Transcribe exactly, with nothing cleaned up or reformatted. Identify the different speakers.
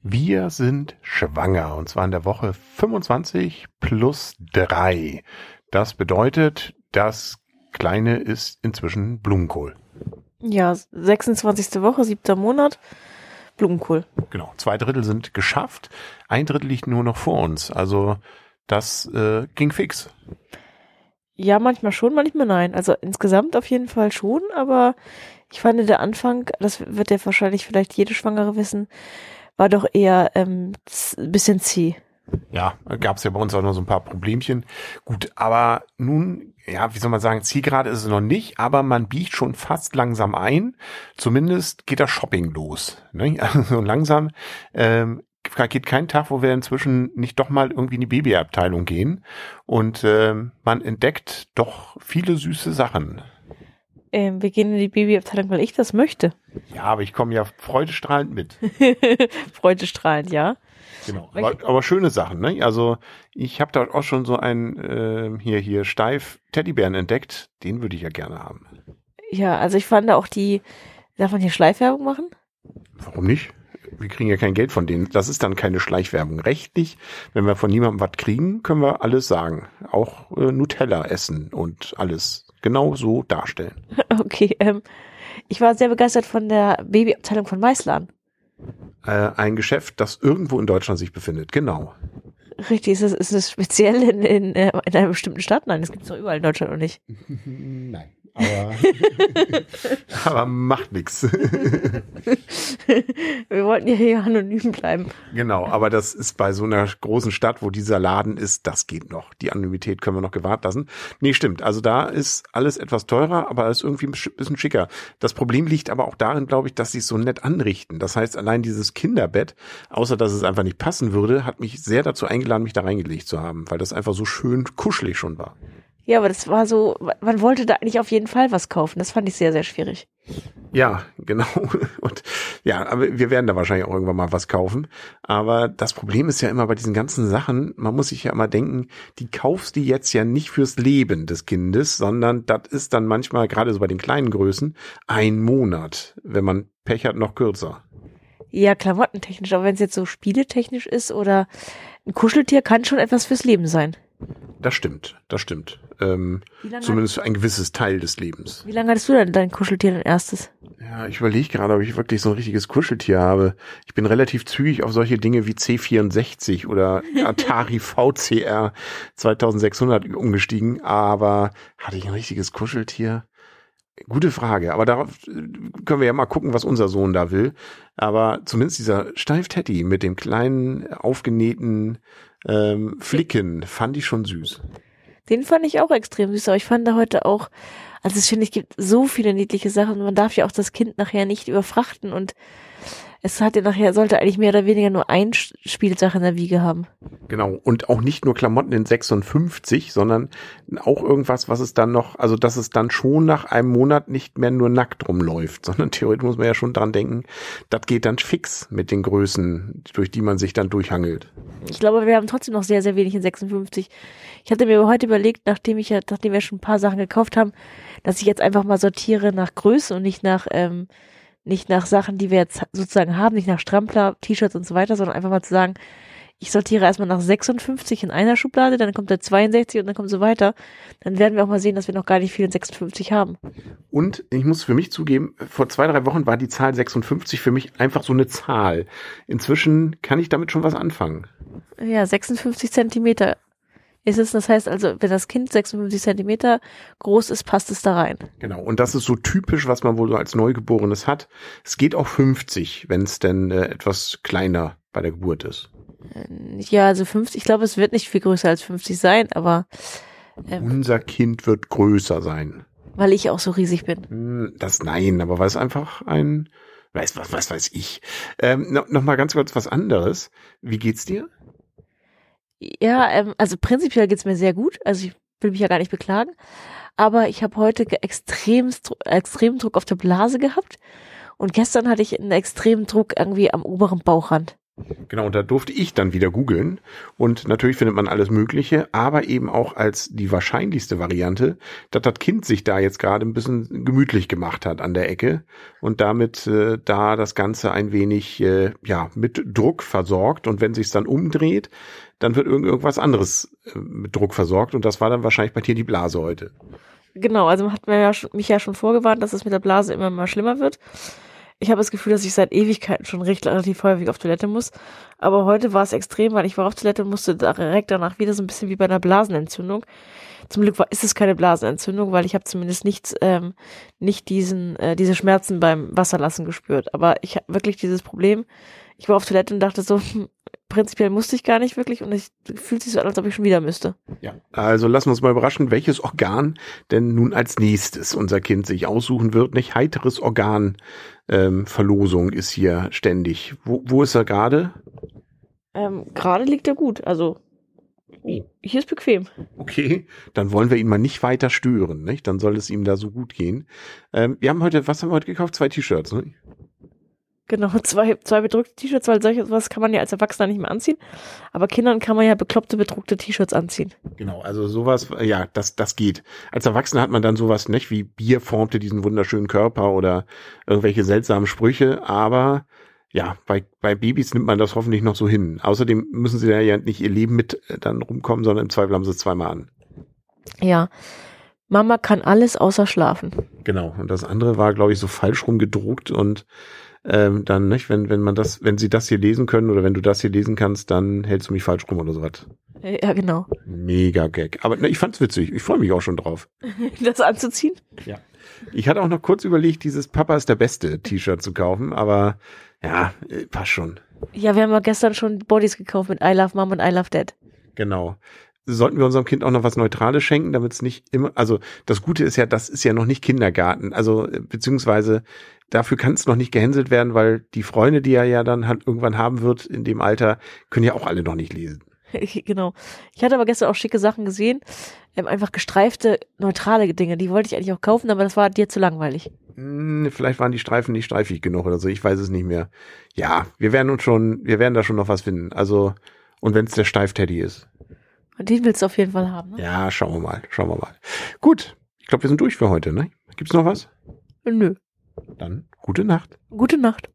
Speaker 1: Wir sind schwanger und zwar in der Woche fünfundzwanzig plus drei. Das bedeutet, das Kleine ist inzwischen Blumenkohl.
Speaker 2: Ja, sechsundzwanzigste Woche, siebter Monat, Blumenkohl.
Speaker 1: Genau, zwei Drittel sind geschafft, ein Drittel liegt nur noch vor uns. Also das äh, ging fix.
Speaker 2: Ja, manchmal schon, manchmal nein. Also insgesamt auf jeden Fall schon, aber ich fand der Anfang, das wird ja wahrscheinlich vielleicht jede Schwangere wissen, war doch eher ähm, ein bisschen zäh.
Speaker 1: Ja, gab es ja bei uns auch noch so ein paar Problemchen. Gut, aber nun, ja, wie soll man sagen, Zielgerade ist es noch nicht, aber man biegt schon fast langsam ein. Zumindest geht das Shopping los. Ne? Also langsam ähm, geht kein Tag, wo wir inzwischen nicht doch mal irgendwie in die Babyabteilung gehen. Und ähm, man entdeckt doch viele süße Sachen.
Speaker 2: Ähm, wir gehen in die Babyabteilung, weil ich das möchte.
Speaker 1: Ja, aber ich komme ja freudestrahlend mit.
Speaker 2: Freudestrahlend, ja.
Speaker 1: Genau, aber, aber schöne Sachen, ne? Also ich habe da auch schon so einen äh, hier hier steif Teddybären entdeckt, den würde ich ja gerne haben.
Speaker 2: Ja, also ich fand auch die, darf man hier Schleichwerbung machen?
Speaker 1: Warum nicht? Wir kriegen ja kein Geld von denen. Das ist dann keine Schleichwerbung. Rechtlich, wenn wir von niemandem was kriegen, können wir alles sagen. Auch äh, Nutella essen und alles genau so darstellen.
Speaker 2: Okay, ähm, ich war sehr begeistert von der Babyabteilung von Maislan.
Speaker 1: Äh, ein Geschäft, das irgendwo in Deutschland sich befindet, genau.
Speaker 2: Richtig, ist es, ist es speziell in, in, in einer bestimmten Stadt? Nein, das gibt es doch überall in Deutschland noch nicht.
Speaker 1: Nein, aber, aber macht nichts.
Speaker 2: Wir wollten ja hier anonym bleiben.
Speaker 1: Genau, aber das ist bei so einer großen Stadt, wo dieser Laden ist, das geht noch. Die Anonymität können wir noch gewahrt lassen. Nee, stimmt. Also da ist alles etwas teurer, aber ist irgendwie ein bisschen schicker. Das Problem liegt aber auch darin, glaube ich, dass sie es so nett anrichten. Das heißt, allein dieses Kinderbett, außer dass es einfach nicht passen würde, hat mich sehr dazu eingeladen, mich da reingelegt zu haben, weil das einfach so schön kuschelig schon war.
Speaker 2: Ja, aber das war so, man wollte da eigentlich auf jeden Fall was kaufen. Das fand ich sehr, sehr schwierig.
Speaker 1: Ja, genau. Und ja, aber wir werden da wahrscheinlich auch irgendwann mal was kaufen. Aber das Problem ist ja immer bei diesen ganzen Sachen, man muss sich ja immer denken, die kaufst du jetzt ja nicht fürs Leben des Kindes, sondern das ist dann manchmal, gerade so bei den kleinen Größen, ein Monat, wenn man Pech hat, noch kürzer.
Speaker 2: Ja, klamottentechnisch, aber wenn es jetzt so spieletechnisch ist oder ein Kuscheltier, kann schon etwas fürs Leben sein.
Speaker 1: Das stimmt, das stimmt. Ähm, zumindest ein gewisses Teil des Lebens.
Speaker 2: Wie lange hattest du denn dein Kuscheltier, dein erstes?
Speaker 1: Ja, ich überlege gerade, ob ich wirklich so ein richtiges Kuscheltier habe. Ich bin relativ zügig auf solche Dinge wie C vierundsechzig oder Atari V C R zweitausendsechshundert umgestiegen, aber hatte ich ein richtiges Kuscheltier? Gute Frage, aber darauf können wir ja mal gucken, was unser Sohn da will. Aber zumindest dieser Steif-Teddy mit dem kleinen, aufgenähten ähm, Flicken fand ich schon süß.
Speaker 2: Den fand ich auch extrem süß, aber ich fand da heute auch, also ich finde, es gibt so viele niedliche Sachen. Man darf ja auch das Kind nachher nicht überfrachten und es hat ja nachher, sollte eigentlich mehr oder weniger nur ein Spielsache in der Wiege haben.
Speaker 1: Genau, und auch nicht nur Klamotten in sechsundfünfzig, sondern auch irgendwas, was es dann noch, also dass es dann schon nach einem Monat nicht mehr nur nackt rumläuft, sondern theoretisch muss man ja schon dran denken, das geht dann fix mit den Größen, durch die man sich dann durchhangelt.
Speaker 2: Ich glaube, wir haben trotzdem noch sehr, sehr wenig in sechsundfünfzig. Ich hatte mir heute überlegt, nachdem ich ja, nachdem wir schon ein paar Sachen gekauft haben, dass ich jetzt einfach mal sortiere nach Größe und nicht nach, ähm, nicht nach Sachen, die wir jetzt sozusagen haben, nicht nach Strampler, T-Shirts und so weiter, sondern einfach mal zu sagen, ich sortiere erstmal nach sechsundfünfzig in einer Schublade, dann kommt der zweiundsechzig und dann kommt so weiter. Dann werden wir auch mal sehen, dass wir noch gar nicht viel in sechsundfünfzig haben.
Speaker 1: Und ich muss für mich zugeben, vor zwei, drei Wochen war die Zahl sechsundfünfzig für mich einfach so eine Zahl. Inzwischen kann ich damit schon was anfangen.
Speaker 2: Ja, sechsundfünfzig Zentimeter ist es. Das heißt also, wenn das Kind sechsundfünfzig Zentimeter groß ist, passt es da rein.
Speaker 1: Genau. Und das ist so typisch, was man wohl so als Neugeborenes hat. Es geht auch fünfzig, wenn es denn äh, etwas kleiner bei der Geburt ist.
Speaker 2: Ja, also fünfzig, ich glaube, es wird nicht viel größer als fünfzig sein, aber
Speaker 1: ähm, unser Kind wird größer sein.
Speaker 2: Weil ich auch so riesig bin.
Speaker 1: Das nein, aber weil es einfach ein, weiß was, was weiß ich. Ähm, no, noch mal ganz kurz was anderes. Wie geht's dir?
Speaker 2: Ja, ähm, also prinzipiell geht's mir sehr gut. Also ich will mich ja gar nicht beklagen. Aber ich habe heute extrem, extremen Druck auf der Blase gehabt. Und gestern hatte ich einen extremen Druck irgendwie am oberen Bauchrand.
Speaker 1: Genau, und da durfte ich dann wieder googeln und natürlich findet man alles Mögliche, aber eben auch als die wahrscheinlichste Variante, dass das Kind sich da jetzt gerade ein bisschen gemütlich gemacht hat an der Ecke und damit äh, da das Ganze ein wenig äh, ja mit Druck versorgt und wenn sich's dann umdreht, dann wird irgend irgendwas anderes äh, mit Druck versorgt und das war dann wahrscheinlich bei dir die Blase heute.
Speaker 2: Genau, also hat man ja schon, mich ja schon vorgewarnt, dass es mit der Blase immer mal schlimmer wird. Ich habe das Gefühl, dass ich seit Ewigkeiten schon recht relativ häufig auf Toilette muss. Aber heute war es extrem, weil ich war auf Toilette und musste direkt danach wieder so ein bisschen wie bei einer Blasenentzündung. Zum Glück war, ist es keine Blasenentzündung, weil ich habe zumindest nichts, ähm, nicht diesen, äh, diese Schmerzen beim Wasserlassen gespürt. Aber ich habe wirklich dieses Problem. Ich war auf Toilette und dachte so, hm, prinzipiell musste ich gar nicht wirklich und es fühlt sich so an, als ob ich schon wieder müsste.
Speaker 1: Ja, also lassen wir uns mal überraschen, welches Organ denn nun als nächstes unser Kind sich aussuchen wird. Nicht heiteres Organ, ähm, Verlosung ist hier ständig. Wo, wo ist er gerade?
Speaker 2: Ähm, gerade liegt er gut, also hier ist bequem.
Speaker 1: Okay, dann wollen wir ihn mal nicht weiter stören, nicht? Dann soll es ihm da so gut gehen. Ähm, wir haben heute, was haben wir heute gekauft? Zwei T-Shirts, ne?
Speaker 2: Genau, zwei, zwei bedruckte T-Shirts, weil solche was kann man ja als Erwachsener nicht mehr anziehen. Aber Kindern kann man ja bekloppte bedruckte T-Shirts anziehen.
Speaker 1: Genau, also sowas, ja, das, das geht. Als Erwachsener hat man dann sowas nicht, wie Bier formte diesen wunderschönen Körper oder irgendwelche seltsamen Sprüche, aber ja, bei, bei Babys nimmt man das hoffentlich noch so hin. Außerdem müssen sie da ja nicht ihr Leben mit dann rumkommen, sondern im Zweifel haben sie es zweimal an.
Speaker 2: Ja, Mama kann alles außer schlafen.
Speaker 1: Genau, und das andere war, glaube ich, so falsch rum gedruckt und Ähm, dann, nicht, wenn, wenn man das, wenn sie das hier lesen können oder wenn du das hier lesen kannst, dann hältst du mich falsch rum oder sowas.
Speaker 2: Ja, genau.
Speaker 1: Mega Gag. Aber ne, ich fand's witzig. Ich freue mich auch schon drauf.
Speaker 2: Das anzuziehen?
Speaker 1: Ja. Ich hatte auch noch kurz überlegt, dieses Papa ist der Beste T-Shirt zu kaufen, aber ja, passt schon.
Speaker 2: Ja, wir haben ja gestern schon Bodies gekauft mit I Love Mom und I Love Dad.
Speaker 1: Genau. Sollten wir unserem Kind auch noch was Neutrales schenken, damit es nicht immer, also das Gute ist ja, das ist ja noch nicht Kindergarten, also beziehungsweise dafür kann es noch nicht gehänselt werden, weil die Freunde, die er ja dann halt irgendwann haben wird in dem Alter, können ja auch alle noch nicht lesen.
Speaker 2: Genau. Ich hatte aber gestern auch schicke Sachen gesehen, ähm, einfach gestreifte, neutrale Dinge, die wollte ich eigentlich auch kaufen, aber das war dir zu langweilig.
Speaker 1: Hm, vielleicht waren die Streifen nicht streifig genug oder so, ich weiß es nicht mehr. Ja, wir werden uns schon, wir werden da schon noch was finden, also und wenn es der Steifteddy ist.
Speaker 2: Und den willst du auf jeden Fall haben, ne?
Speaker 1: Ja, schauen wir mal, schauen wir mal. Gut, ich glaube, wir sind durch für heute, ne? Gibt's noch was?
Speaker 2: Nö.
Speaker 1: Dann gute Nacht.
Speaker 2: Gute Nacht.